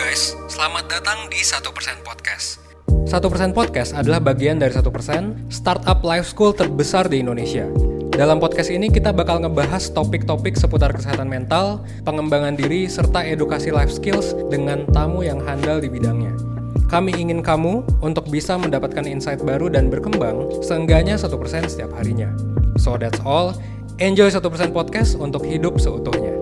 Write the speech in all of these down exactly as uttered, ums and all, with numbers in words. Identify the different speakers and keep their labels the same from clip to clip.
Speaker 1: guys, selamat datang di satu persen Podcast. satu persen Podcast adalah bagian dari satu persen startup life school terbesar di Indonesia. Dalam podcast ini kita bakal ngebahas topik-topik seputar kesehatan mental, pengembangan diri, serta edukasi life skills dengan tamu yang handal di bidangnya. Kami ingin kamu untuk bisa mendapatkan insight baru dan berkembang seenggaknya satu persen setiap harinya. So that's all, enjoy satu persen Podcast untuk hidup seutuhnya.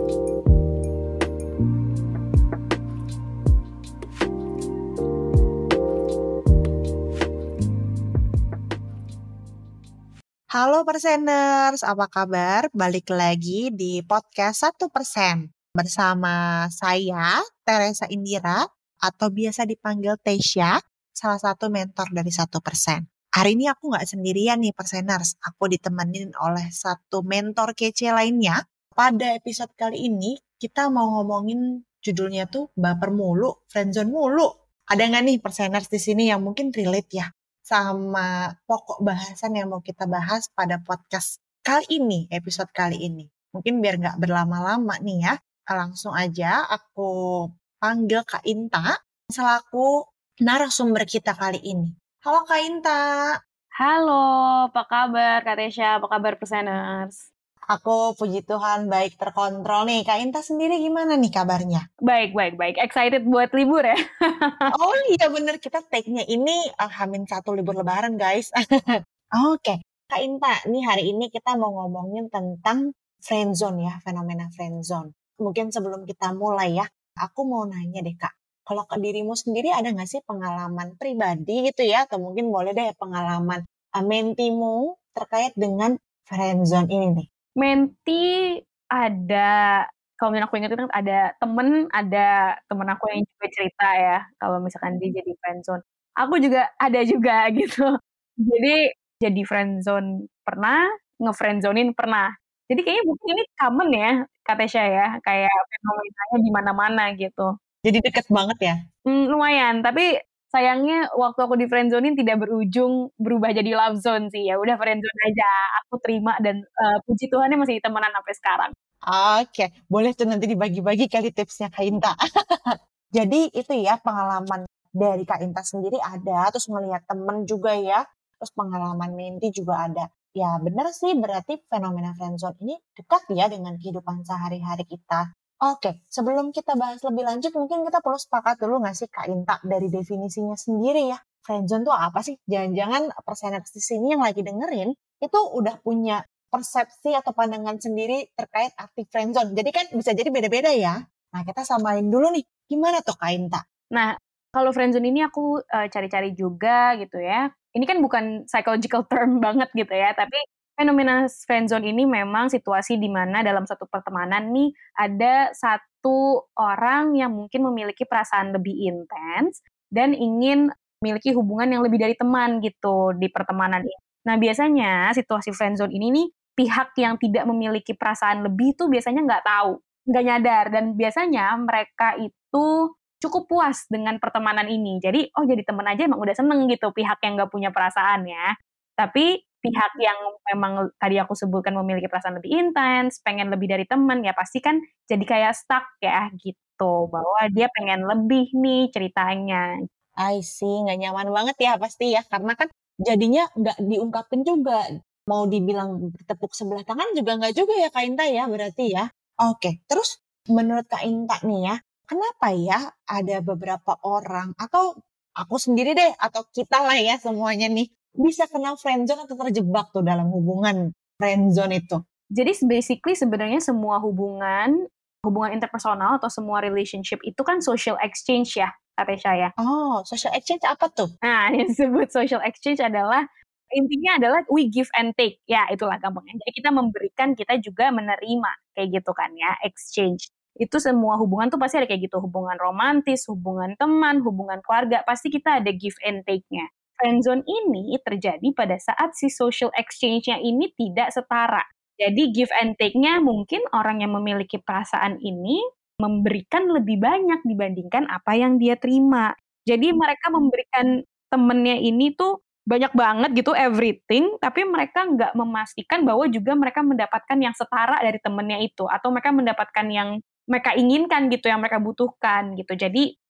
Speaker 2: Halo Perseners, apa kabar? Balik lagi di podcast satu persen bersama saya, Teresa Indira, atau biasa dipanggil Tesya, salah satu mentor dari satu persen. Hari ini aku nggak sendirian nih Perseners, aku ditemenin oleh satu mentor kece lainnya. Pada episode kali ini, kita mau ngomongin judulnya tuh baper mulu, friendzone mulu. Ada nggak nih Perseners di sini yang mungkin relate ya sama pokok bahasan yang mau kita bahas pada podcast kali ini, episode kali ini. Mungkin biar nggak berlama-lama nih ya, langsung aja aku panggil Kak Inta selaku narasumber kita kali ini. Halo Kak Inta.
Speaker 3: Halo, apa kabar Kak Tesya, apa kabar Perseners?
Speaker 2: Aku puji Tuhan baik terkontrol nih. Kak Inta sendiri gimana nih kabarnya?
Speaker 3: Baik, baik, baik. Excited buat libur ya?
Speaker 2: Oh iya bener, kita take-nya ini uh, Hamin satu libur lebaran guys. Oke, okay. Kak Inta, nih hari ini kita mau ngomongin tentang friendzone ya, fenomena friendzone. Mungkin sebelum kita mulai ya, aku mau nanya deh Kak, kalau ke dirimu sendiri ada nggak sih pengalaman pribadi gitu ya, atau mungkin boleh deh pengalaman uh, mentimu terkait dengan friendzone ini nih?
Speaker 3: Menti ada, kalau misalnya aku ingat itu ada temen, ada temen aku yang juga cerita ya, kalau misalkan dia jadi friendzone. Aku juga ada juga gitu. Jadi jadi friendzone pernah, nge-friendzonein pernah. Jadi kayaknya mungkin ini common ya, Kak Tesya ya, kayak fenomenanya di mana-mana gitu.
Speaker 2: Jadi deket banget ya?
Speaker 3: Hmm, lumayan, tapi sayangnya waktu aku di friendzonein tidak berujung berubah jadi love zone sih. Ya udah friendzone aja, aku terima dan uh, puji Tuhannya masih temenan sampai sekarang.
Speaker 2: Oke, boleh tuh nanti dibagi-bagi kali tipsnya Kak Inta. Jadi itu ya pengalaman dari Kak Inta sendiri ada, terus melihat temen juga ya, terus pengalaman menti juga ada. Ya benar sih, berarti fenomena friendzone ini dekat ya dengan kehidupan sehari-hari kita. Oke, sebelum kita bahas lebih lanjut, mungkin kita perlu sepakat dulu nggak sih Kak Inta dari definisinya sendiri ya. Friendzone tuh apa sih? Jangan-jangan Perseners di sini yang lagi dengerin, itu udah punya persepsi atau pandangan sendiri terkait arti friendzone. Jadi kan bisa jadi beda-beda ya. Nah, kita samain dulu nih, gimana tuh Kak Inta?
Speaker 3: Nah, kalau friendzone ini aku uh, cari-cari juga gitu ya. Ini kan bukan psychological term banget gitu ya, tapi fenomena friendzone ini memang situasi di mana dalam satu pertemanan nih ada satu orang yang mungkin memiliki perasaan lebih intens dan ingin memiliki hubungan yang lebih dari teman gitu di pertemanan ini. Nah biasanya situasi friendzone ini nih pihak yang tidak memiliki perasaan lebih tuh biasanya nggak tahu, nggak nyadar, dan biasanya mereka itu cukup puas dengan pertemanan ini. Jadi oh jadi teman aja emang udah seneng gitu pihak yang nggak punya perasaan ya. Tapi pihak yang memang tadi aku sebutkan memiliki perasaan lebih intens, pengen lebih dari teman, ya pasti kan jadi kayak stuck ya gitu, bahwa dia pengen lebih nih ceritanya.
Speaker 2: I see, nggak nyaman banget ya pasti ya, karena kan jadinya nggak diungkapin juga. Mau dibilang bertepuk sebelah tangan juga nggak juga ya Kak Inta ya berarti ya. Oke, terus menurut Kak Inta nih ya, kenapa ya ada beberapa orang, atau aku sendiri deh, atau kita lah ya semuanya nih, bisa kena friendzone atau terjebak tuh dalam hubungan friendzone itu?
Speaker 3: Jadi basically sebenarnya semua hubungan, hubungan interpersonal atau semua relationship itu kan social exchange ya, Kak Tesya ya.
Speaker 2: Oh, social exchange apa tuh?
Speaker 3: Nah, yang disebut social exchange adalah, intinya adalah we give and take. Ya, itulah gampangnya. Jadi kita memberikan, kita juga menerima. Kayak gitu kan ya, exchange. Itu semua hubungan tuh pasti ada kayak gitu. Hubungan romantis, hubungan teman, hubungan keluarga. Pasti kita ada give and take-nya. Friendzone ini terjadi pada saat si social exchange-nya ini tidak setara. Jadi give and take-nya mungkin orang yang memiliki perasaan ini memberikan lebih banyak dibandingkan apa yang dia terima. Jadi mereka memberikan temennya ini tuh banyak banget gitu everything, tapi mereka nggak memastikan bahwa juga mereka mendapatkan yang setara dari temennya itu, atau mereka mendapatkan yang mereka inginkan gitu, yang mereka butuhkan gitu. Jadi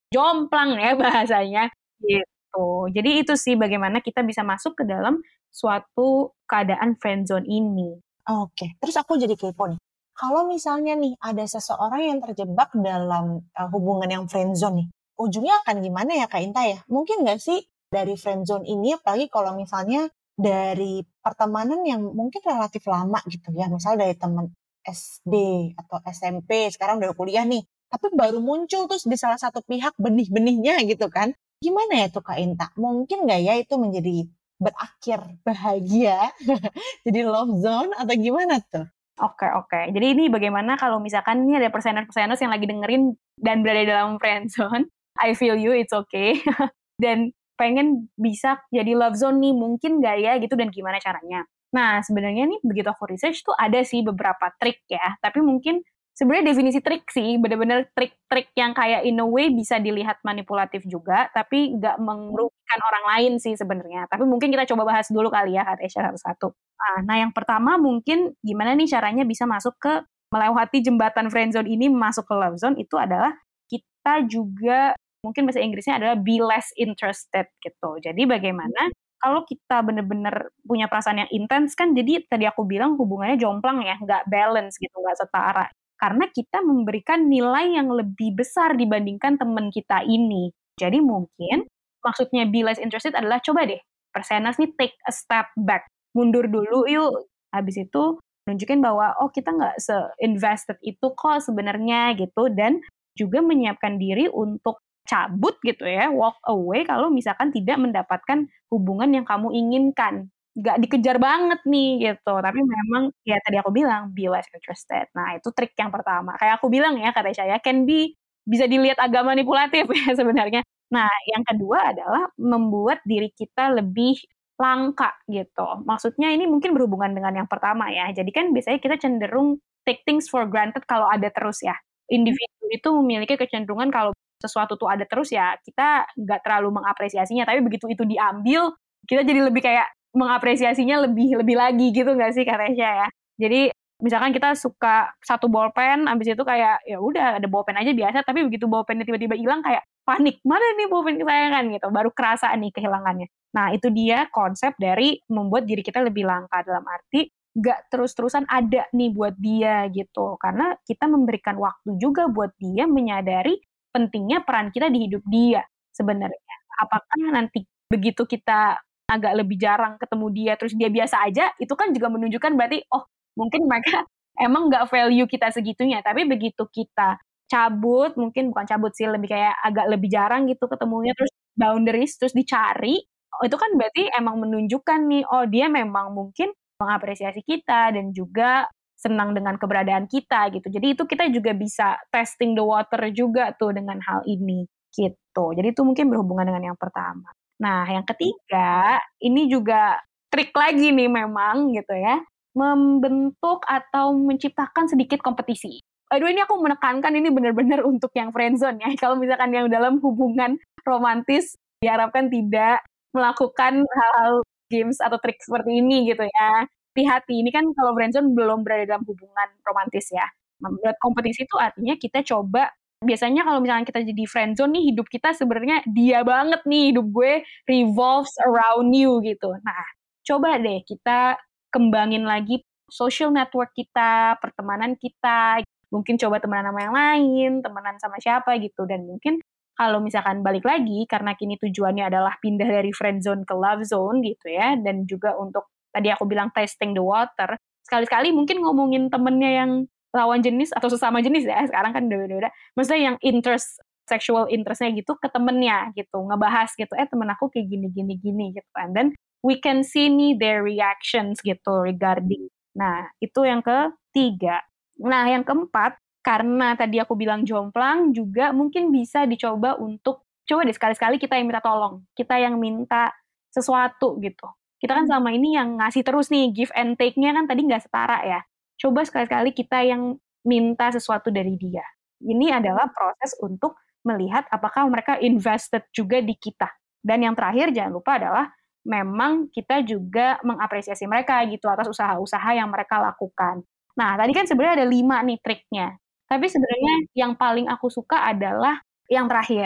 Speaker 3: jomplang ya bahasanya gitu. Jadi itu sih bagaimana kita bisa masuk ke dalam suatu keadaan friendzone ini.
Speaker 2: Oke, terus aku jadi kepo nih. Kalau misalnya nih ada seseorang yang terjebak dalam uh, hubungan yang friendzone nih, ujungnya akan gimana ya Kak Inta ya? Mungkin nggak sih dari friendzone ini, apalagi kalau misalnya dari pertemanan yang mungkin relatif lama gitu ya, misal dari teman S D atau S M P, sekarang udah kuliah nih, tapi baru muncul terus di salah satu pihak benih-benihnya gitu kan. Gimana ya tuh Kak Inta? Mungkin nggak ya itu menjadi berakhir bahagia, jadi love zone atau gimana tuh?
Speaker 3: Oke, oke. Jadi ini bagaimana kalau misalkan ini ada perseners-perseners yang lagi dengerin dan berada dalam friendzone, I feel you, it's okay. Dan pengen bisa jadi love zone nih, mungkin nggak ya gitu dan gimana caranya. Nah, sebenarnya nih begitu aku research tuh ada sih beberapa trik ya, tapi mungkin sebenarnya definisi trik sih, bener-bener trik-trik yang kayak in a way bisa dilihat manipulatif juga, tapi nggak merugikan orang lain sih sebenarnya. Tapi mungkin kita coba bahas dulu kali ya, Kak Tesha, satu-satu. Ah, nah, yang pertama mungkin gimana nih caranya bisa masuk ke melewati jembatan friendzone ini masuk ke love zone itu adalah kita juga mungkin bahasa Inggrisnya adalah be less interested gitu. Jadi bagaimana kalau kita benar-benar punya perasaan yang intens kan jadi tadi aku bilang hubungannya jomplang ya, nggak balance gitu, nggak setara. Karena kita memberikan nilai yang lebih besar dibandingkan teman kita ini. Jadi mungkin maksudnya be less interested adalah coba deh perseners nih take a step back. Mundur dulu yuk. Habis itu nunjukin bahwa oh kita nggak se-invested itu kok sebenarnya gitu. Dan juga menyiapkan diri untuk cabut gitu ya, walk away kalau misalkan tidak mendapatkan hubungan yang kamu inginkan. Nggak dikejar banget nih gitu, tapi memang ya tadi aku bilang be less interested. Nah itu trik yang pertama. Kayak aku bilang ya kata saya can be bisa dilihat agak manipulatif ya sebenarnya. Nah yang kedua adalah membuat diri kita lebih langka gitu. Maksudnya ini mungkin berhubungan dengan yang pertama ya. Jadi kan biasanya kita cenderung take things for granted kalau ada terus ya. Individu itu memiliki kecenderungan kalau sesuatu tuh ada terus ya kita nggak terlalu mengapresiasinya, tapi begitu itu diambil kita jadi lebih kayak mengapresiasinya lebih lebih lagi gitu nggak sih Kak Resya ya. Jadi misalkan kita suka satu bolpen, abis itu kayak ya udah ada bolpen aja biasa, tapi begitu bolpennya tiba-tiba hilang kayak panik, mana nih bolpen kesayangan gitu, baru kerasa nih kehilangannya. Nah itu dia konsep dari membuat diri kita lebih langka dalam arti nggak terus-terusan ada nih buat dia gitu, karena kita memberikan waktu juga buat dia menyadari pentingnya peran kita di hidup dia sebenarnya. Apakah nanti begitu kita agak lebih jarang ketemu dia, terus dia biasa aja, itu kan juga menunjukkan berarti, oh mungkin mereka emang nggak value kita segitunya. Tapi begitu kita cabut, mungkin bukan cabut sih, lebih kayak agak lebih jarang gitu ketemunya, terus boundaries, terus dicari, oh, itu kan berarti emang menunjukkan nih, oh dia memang mungkin mengapresiasi kita dan juga senang dengan keberadaan kita gitu. Jadi itu kita juga bisa testing the water juga tuh dengan hal ini gitu. Jadi itu mungkin berhubungan dengan yang pertama. Nah, yang ketiga, ini juga trik lagi nih memang gitu ya. Membentuk atau menciptakan sedikit kompetisi. Aduh ini aku menekankan ini benar-benar untuk yang friendzone ya. Kalau misalkan yang dalam hubungan romantis diharapkan tidak melakukan hal-hal games atau trik seperti ini gitu ya. Hati-hati, ini kan kalau friendzone belum berada dalam hubungan romantis ya. Membuat kompetisi itu artinya kita coba, biasanya kalau misalnya kita jadi friendzone nih, hidup kita sebenarnya dia banget nih, hidup gue revolves around you gitu. Nah, coba deh kita kembangin lagi social network kita, pertemanan kita, mungkin coba temenan sama yang lain, temenan sama siapa gitu, dan mungkin kalau misalkan balik lagi, karena kini tujuannya adalah pindah dari friendzone ke love zone gitu ya, dan juga untuk tadi aku bilang testing the water, sekali-sekali mungkin ngomongin temennya yang lawan jenis atau sesama jenis ya, sekarang kan udah beda-beda, maksudnya yang interest, sexual interestnya gitu ke temennya gitu, ngebahas gitu, eh temen aku kayak gini-gini-gini gitu, and then we can see nih their reactions gitu regarding. Nah, itu yang ketiga. Nah, yang keempat, karena tadi aku bilang jomplang, juga mungkin bisa dicoba untuk, coba deh sekali-sekali kita yang minta tolong, kita yang minta sesuatu gitu. Kita kan selama ini yang ngasih terus nih, give and take-nya kan tadi nggak setara ya. Coba sekali-sekali kita yang minta sesuatu dari dia. Ini adalah proses untuk melihat apakah mereka invested juga di kita. Dan yang terakhir jangan lupa adalah memang kita juga mengapresiasi mereka gitu atas usaha-usaha yang mereka lakukan. Nah, tadi kan sebenarnya ada lima nih triknya. Tapi sebenarnya yang paling aku suka adalah yang terakhir.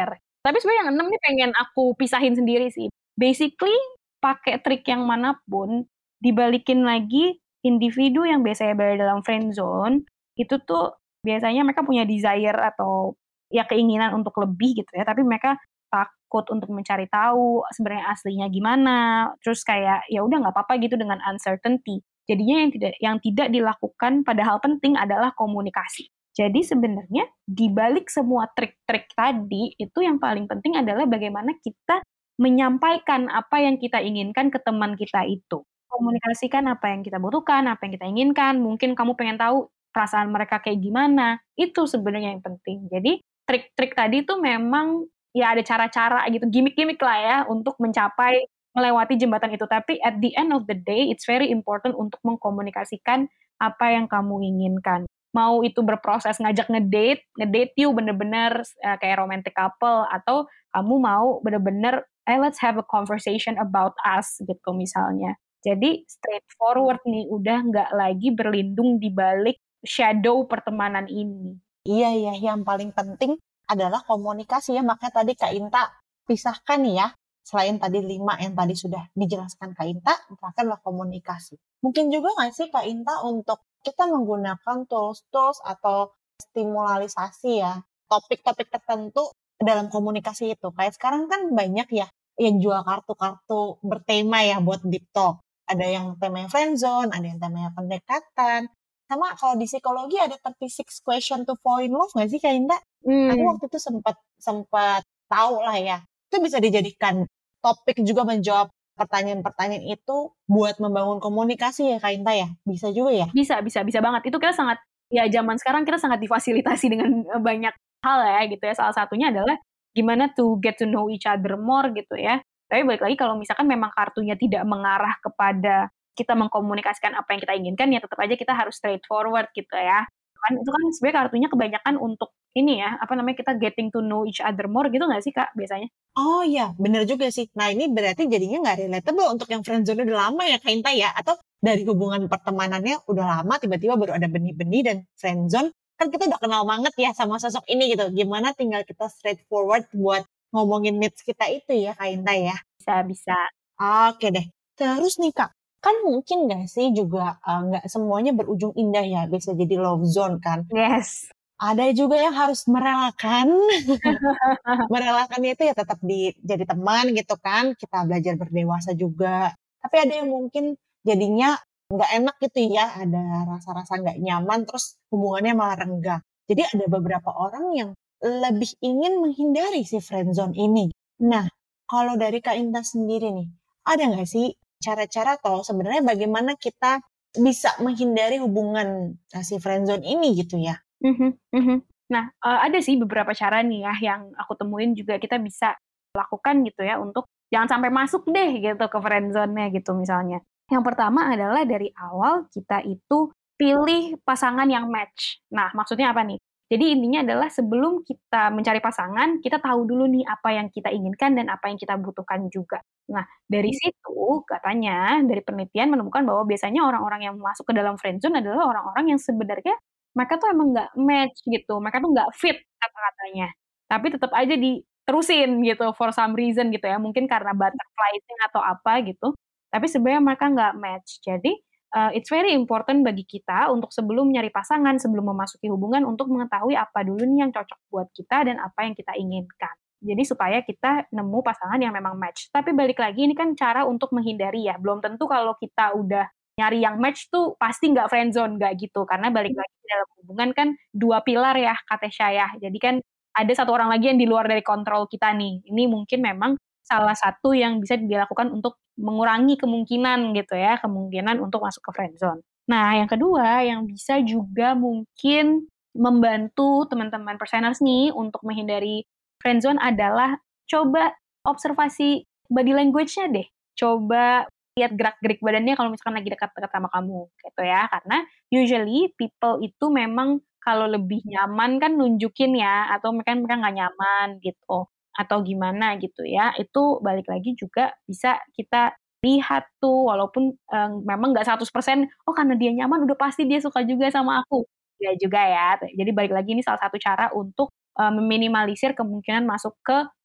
Speaker 3: Tapi sebenarnya yang enam nih pengen aku pisahin sendiri sih. Basically, pakai trik yang manapun, dibalikin lagi individu yang biasanya berada dalam friend zone, itu tuh biasanya mereka punya desire atau ya keinginan untuk lebih gitu ya, tapi mereka takut untuk mencari tahu sebenarnya aslinya gimana, terus kayak ya udah nggak apa-apa gitu dengan uncertainty. Jadinya yang tidak yang tidak dilakukan padahal penting adalah komunikasi. Jadi sebenarnya di balik semua trik-trik tadi, itu yang paling penting adalah bagaimana kita menyampaikan apa yang kita inginkan ke teman kita itu. Komunikasikan apa yang kita butuhkan, apa yang kita inginkan, mungkin kamu pengen tahu perasaan mereka kayak gimana, itu sebenarnya yang penting. Jadi trik-trik tadi tuh memang ya ada cara-cara gitu, gimmick-gimmick lah ya untuk mencapai melewati jembatan itu. Tapi at the end of the day, it's very important untuk mengkomunikasikan apa yang kamu inginkan. Mau itu berproses ngajak ngedate, ngedate you bener-bener uh, kayak romantic couple, atau kamu mau bener-bener, eh let's have a conversation about us gitu misalnya. Jadi straightforward nih, udah nggak lagi berlindung di balik shadow pertemanan ini.
Speaker 2: Iya, iya, yang paling penting adalah komunikasi ya, makanya tadi Kak Inta pisahkan nih ya, selain tadi lima yang tadi sudah dijelaskan Kak Inta, terakhir adalah komunikasi. Mungkin juga nggak sih Kak Inta untuk kita menggunakan tools-tools atau stimulalisasi ya, topik-topik tertentu dalam komunikasi itu. Kayak sekarang kan banyak ya yang jual kartu-kartu bertema ya buat deep talk. Ada yang temanya friendzone, ada yang temanya pendekatan. Sama kalau di psikologi ada tiga puluh enam question to fall in love nggak sih Kak Inta?
Speaker 3: Hmm.
Speaker 2: Aku waktu itu sempat sempat tahu lah ya. Itu bisa dijadikan topik juga menjawab pertanyaan-pertanyaan itu buat membangun komunikasi ya Kak Inta ya? Bisa juga ya?
Speaker 3: Bisa, bisa, bisa banget. Itu kita sangat, ya zaman sekarang kita sangat difasilitasi dengan banyak hal ya gitu ya. Salah satunya adalah gimana to get to know each other more gitu ya. Tapi balik lagi kalau misalkan memang kartunya tidak mengarah kepada kita mengkomunikasikan apa yang kita inginkan, ya tetap aja kita harus straightforward gitu ya. Kan itu kan sebenarnya kartunya kebanyakan untuk ini ya, apa namanya, kita getting to know each other more gitu nggak sih Kak biasanya?
Speaker 2: Oh iya, bener juga sih. Nah ini berarti jadinya nggak relatable untuk yang friendzone udah lama ya Kak Inta ya? Atau dari hubungan pertemanannya udah lama, tiba-tiba baru ada benih-benih dan friendzone. Kan kita udah kenal banget ya sama sosok ini gitu. Gimana tinggal kita straightforward buat ngomongin needs kita itu ya Kak Inta ya?
Speaker 3: Bisa, bisa.
Speaker 2: Oke deh. Terus nih Kak, kan mungkin nggak sih juga uh, nggak semuanya berujung indah ya, bisa jadi love zone kan.
Speaker 3: Yes.
Speaker 2: Ada juga yang harus merelakan, merelakannya itu ya tetap di, jadi teman gitu kan, kita belajar berdewasa juga. Tapi ada yang mungkin jadinya nggak enak gitu ya, ada rasa-rasa nggak nyaman, terus hubungannya malah renggang. Jadi ada beberapa orang yang lebih ingin menghindari si friendzone ini. Nah, kalau dari Kak Inta sendiri nih, ada nggak sih cara-cara atau sebenarnya bagaimana kita bisa menghindari hubungan uh, si friendzone ini gitu ya?
Speaker 3: Mm-hmm, mm-hmm. Nah, uh, ada sih beberapa cara nih ya yang aku temuin juga kita bisa lakukan gitu ya untuk jangan sampai masuk deh gitu ke friendzone-nya gitu misalnya. Yang pertama adalah dari awal kita itu pilih pasangan yang match. Nah, maksudnya apa nih? Jadi intinya adalah sebelum kita mencari pasangan, kita tahu dulu nih apa yang kita inginkan dan apa yang kita butuhkan juga. Nah, dari situ katanya dari penelitian menemukan bahwa biasanya orang-orang yang masuk ke dalam friendzone adalah orang-orang yang sebenarnya mereka tuh emang nggak match gitu, mereka tuh nggak fit kata-katanya. Tapi tetap aja diterusin gitu for some reason gitu ya, mungkin karena butterfly thing atau apa gitu. Tapi sebenarnya mereka nggak match. Jadi uh, it's very important bagi kita untuk sebelum nyari pasangan, sebelum memasuki hubungan untuk mengetahui apa dulu nih yang cocok buat kita dan apa yang kita inginkan. Jadi supaya kita nemu pasangan yang memang match. Tapi balik lagi ini kan cara untuk menghindari ya. Belum tentu kalau kita udah nyari yang match tuh pasti nggak friendzone, nggak gitu. Karena balik lagi dalam hubungan kan dua pilar ya kata saya. Jadi kan ada satu orang lagi yang di luar dari kontrol kita nih. Ini mungkin memang salah satu yang bisa dilakukan untuk mengurangi kemungkinan gitu ya, kemungkinan untuk masuk ke friendzone. Nah, yang kedua yang bisa juga mungkin membantu teman-teman perseners nih untuk menghindari friendzone adalah coba observasi body language-nya deh. Coba lihat gerak-gerik badannya kalau misalkan lagi dekat-dekat sama kamu gitu ya. Karena usually people itu memang kalau lebih nyaman kan nunjukin ya, atau mereka mereka nggak nyaman gitu, atau gimana gitu ya. Itu balik lagi juga bisa kita lihat tuh, walaupun um, memang nggak seratus persen, oh karena dia nyaman udah pasti dia suka juga sama aku. Ya juga ya. Jadi balik lagi ini salah satu cara untuk uh, meminimalisir kemungkinan masuk ke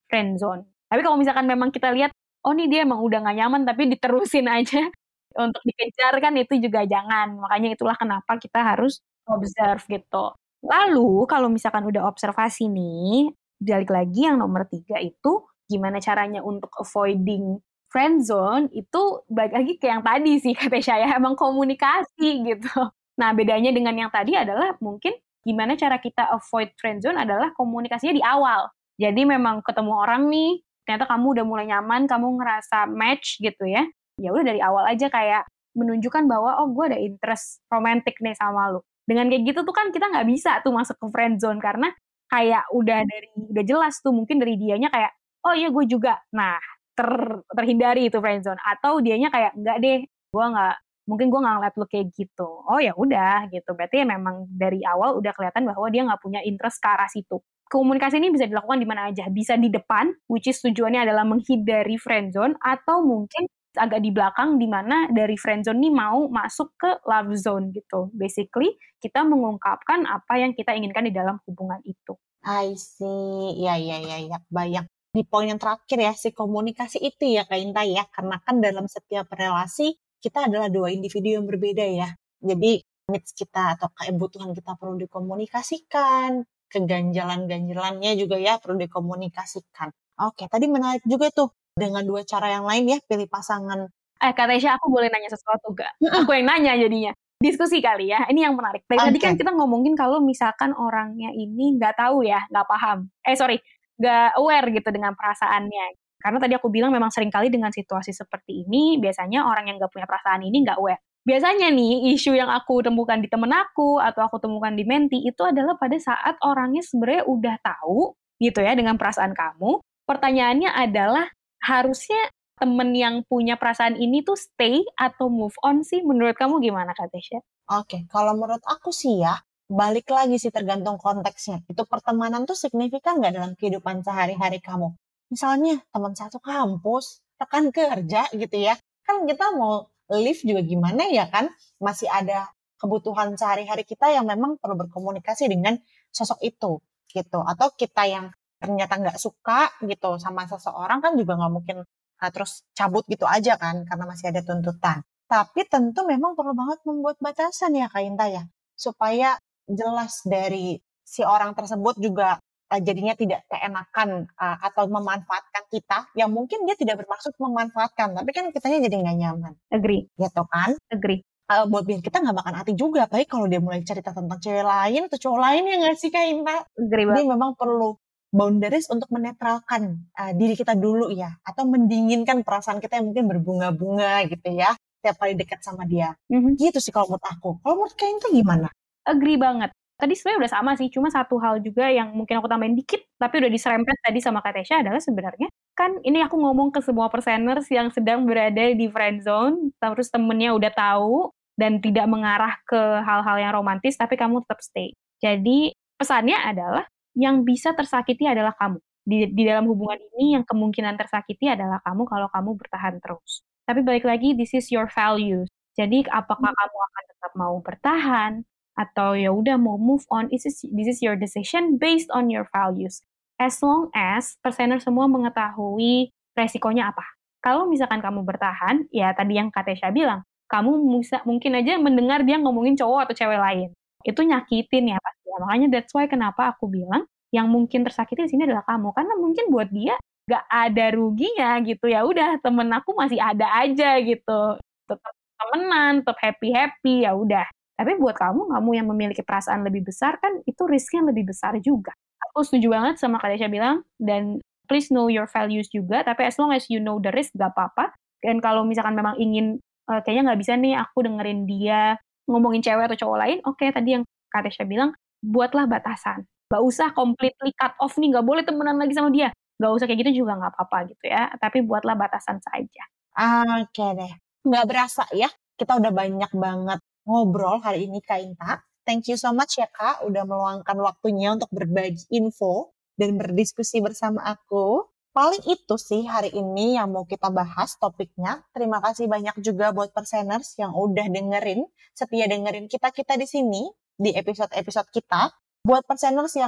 Speaker 3: friendzone. Tapi kalau misalkan memang kita lihat, oh nih dia emang udah gak nyaman tapi diterusin aja untuk dikejar kan itu juga jangan. Makanya itulah kenapa kita harus observe gitu. Lalu kalau misalkan udah observasi nih, balik lagi yang nomor tiga itu gimana caranya untuk avoiding friendzone itu balik lagi ke yang tadi sih kata saya emang komunikasi gitu. Nah bedanya dengan yang tadi adalah mungkin gimana cara kita avoid friendzone adalah komunikasinya di awal. Jadi memang ketemu orang nih, ternyata kamu udah mulai nyaman, kamu ngerasa match gitu ya. Ya udah dari awal aja kayak menunjukkan bahwa oh gue ada interest romantic nih sama lu. Dengan kayak gitu tuh kan kita nggak bisa tuh masuk ke friendzone karena kayak udah dari udah jelas tuh mungkin dari dianya kayak oh iya gue juga. Nah ter, terhindari itu friendzone atau dianya kayak enggak deh, gue nggak mungkin gue nggak ngeliat lu kayak gitu. Oh ya udah gitu. Berarti ya memang dari awal udah kelihatan bahwa dia nggak punya interest ke arah situ. Komunikasi ini bisa dilakukan di mana aja. Bisa di depan, which is tujuannya adalah menghindari friendzone, atau mungkin agak di belakang, di mana dari friendzone ini mau masuk ke love zone gitu. Basically, kita mengungkapkan apa yang kita inginkan di dalam hubungan itu.
Speaker 2: I see. Ya, ya, ya, ya. Bayang. Di poin yang terakhir ya, si komunikasi itu ya Kak Inta ya. Karena kan dalam setiap relasi, kita adalah dua individu yang berbeda ya. Jadi, needs kita atau kebutuhan kita perlu dikomunikasikan. Keganjalan-ganjalannya juga ya perlu dikomunikasikan. Oke, tadi menarik juga tuh dengan dua cara yang lain ya, pilih pasangan.
Speaker 3: Eh, Kak Tesya, aku boleh nanya sesuatu gak? Aku yang nanya jadinya. Diskusi kali ya, ini yang menarik. Tadi okay. kan kita ngomongin kalau misalkan orangnya ini nggak tahu ya, nggak paham. Eh sorry, nggak aware gitu dengan perasaannya. Karena tadi aku bilang memang seringkali dengan situasi seperti ini, biasanya orang yang nggak punya perasaan ini nggak aware. Biasanya nih, isu yang aku temukan di temen aku, atau aku temukan di menti, itu adalah pada saat orangnya sebenarnya udah tahu, gitu ya, dengan perasaan kamu. Pertanyaannya adalah, harusnya temen yang punya perasaan ini tuh stay atau move on sih? Menurut kamu gimana, Kak Tesya?
Speaker 2: Oke, kalau menurut aku sih ya, balik lagi sih tergantung konteksnya. Itu pertemanan tuh signifikan nggak dalam kehidupan sehari-hari kamu? Misalnya, teman satu kampus, rekan kerja gitu ya. Kan kita mau live juga gimana ya kan, masih ada kebutuhan sehari-hari kita yang memang perlu berkomunikasi dengan sosok itu gitu. Atau kita yang ternyata nggak suka gitu sama seseorang kan juga nggak mungkin nah, terus cabut gitu aja kan karena masih ada tuntutan. Tapi tentu memang perlu banget membuat batasan ya Kak Inta ya, supaya jelas dari si orang tersebut juga uh, jadinya tidak keenakan uh, atau memanfaatkan kita, yang mungkin dia tidak bermaksud memanfaatkan, tapi kan kitanya jadi nggak nyaman.
Speaker 3: Agree.
Speaker 2: Gitu kan?
Speaker 3: Agree.
Speaker 2: Uh, buat biar kita nggak makan hati juga, apalagi kalau dia mulai cerita tentang cewek lain atau cowok lain ya nggak sih Kak Inta?
Speaker 3: Agree
Speaker 2: Dia memang perlu boundaries untuk menetralkan uh, diri kita dulu ya, atau mendinginkan perasaan kita yang mungkin berbunga-bunga gitu ya, tiap kali dekat sama dia. Mm-hmm. Gitu sih kalau menurut aku. Kalau menurut Kak Inta gimana?
Speaker 3: Agree banget. Tadi sebenarnya udah sama sih, cuma satu hal juga yang mungkin aku tambahin dikit, tapi udah diserempet tadi sama Kak Tesya adalah sebenarnya, kan ini aku ngomong ke semua perseners yang sedang berada di friend zone, terus temennya udah tahu, dan tidak mengarah ke hal-hal yang romantis, tapi kamu tetap stay. Jadi pesannya adalah, yang bisa tersakiti adalah kamu. Di, di dalam hubungan ini yang kemungkinan tersakiti adalah kamu kalau kamu bertahan terus. Tapi balik lagi, this is your values. Jadi apakah hmm. kamu akan tetap mau bertahan atau ya udah mau move on? This is, this is your decision based on your values. As long as persener semua mengetahui resikonya apa. Kalau misalkan kamu bertahan, ya tadi yang Kak Tesya bilang, kamu bisa, mungkin aja mendengar dia ngomongin cowok atau cewek lain. Itu nyakitin ya pasti. Makanya that's why kenapa aku bilang yang mungkin tersakiti di sini adalah kamu, karena mungkin buat dia gak ada ruginya gitu. Ya udah, temen aku masih ada aja gitu, tetap temenan, tetap happy happy, ya udah. Tapi buat kamu, kamu yang memiliki perasaan lebih besar kan itu risknya lebih besar juga. Aku setuju banget sama Kak Tesya bilang, dan please know your values juga. Tapi as long as you know the risk, gak apa-apa. Dan kalau misalkan memang ingin uh, kayaknya nggak bisa nih aku dengerin dia ngomongin cewek atau cowok lain, oke okay, tadi yang Kak Tesya bilang, buatlah batasan. Gak usah completely cut off nih, gak boleh temenan lagi sama dia. Gak usah kayak gitu juga gak apa-apa gitu ya. Tapi buatlah batasan saja.
Speaker 2: Oke okay deh. Gak berasa ya, kita udah banyak banget ngobrol hari ini Kak Inta. Thank you so much ya Kak, udah meluangkan waktunya untuk berbagi info dan berdiskusi bersama aku. Paling itu sih hari ini yang mau kita bahas topiknya. Terima kasih banyak juga buat perseners yang udah dengerin, setia dengerin kita-kita di sini, di episode-episode kita. Buat perseners yang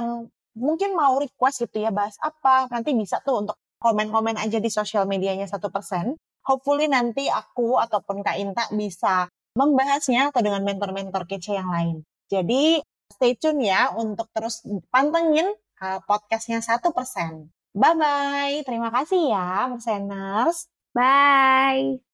Speaker 2: mungkin mau request gitu ya, bahas apa, nanti bisa tuh untuk komen-komen aja di sosial medianya satu persen. Hopefully nanti aku ataupun Kak Inta bisa membahasnya atau dengan mentor-mentor kece yang lain. Jadi stay tune ya untuk terus pantengin uh, podcastnya satu persen. Bye-bye. Terima kasih ya, Perseners.
Speaker 3: Bye.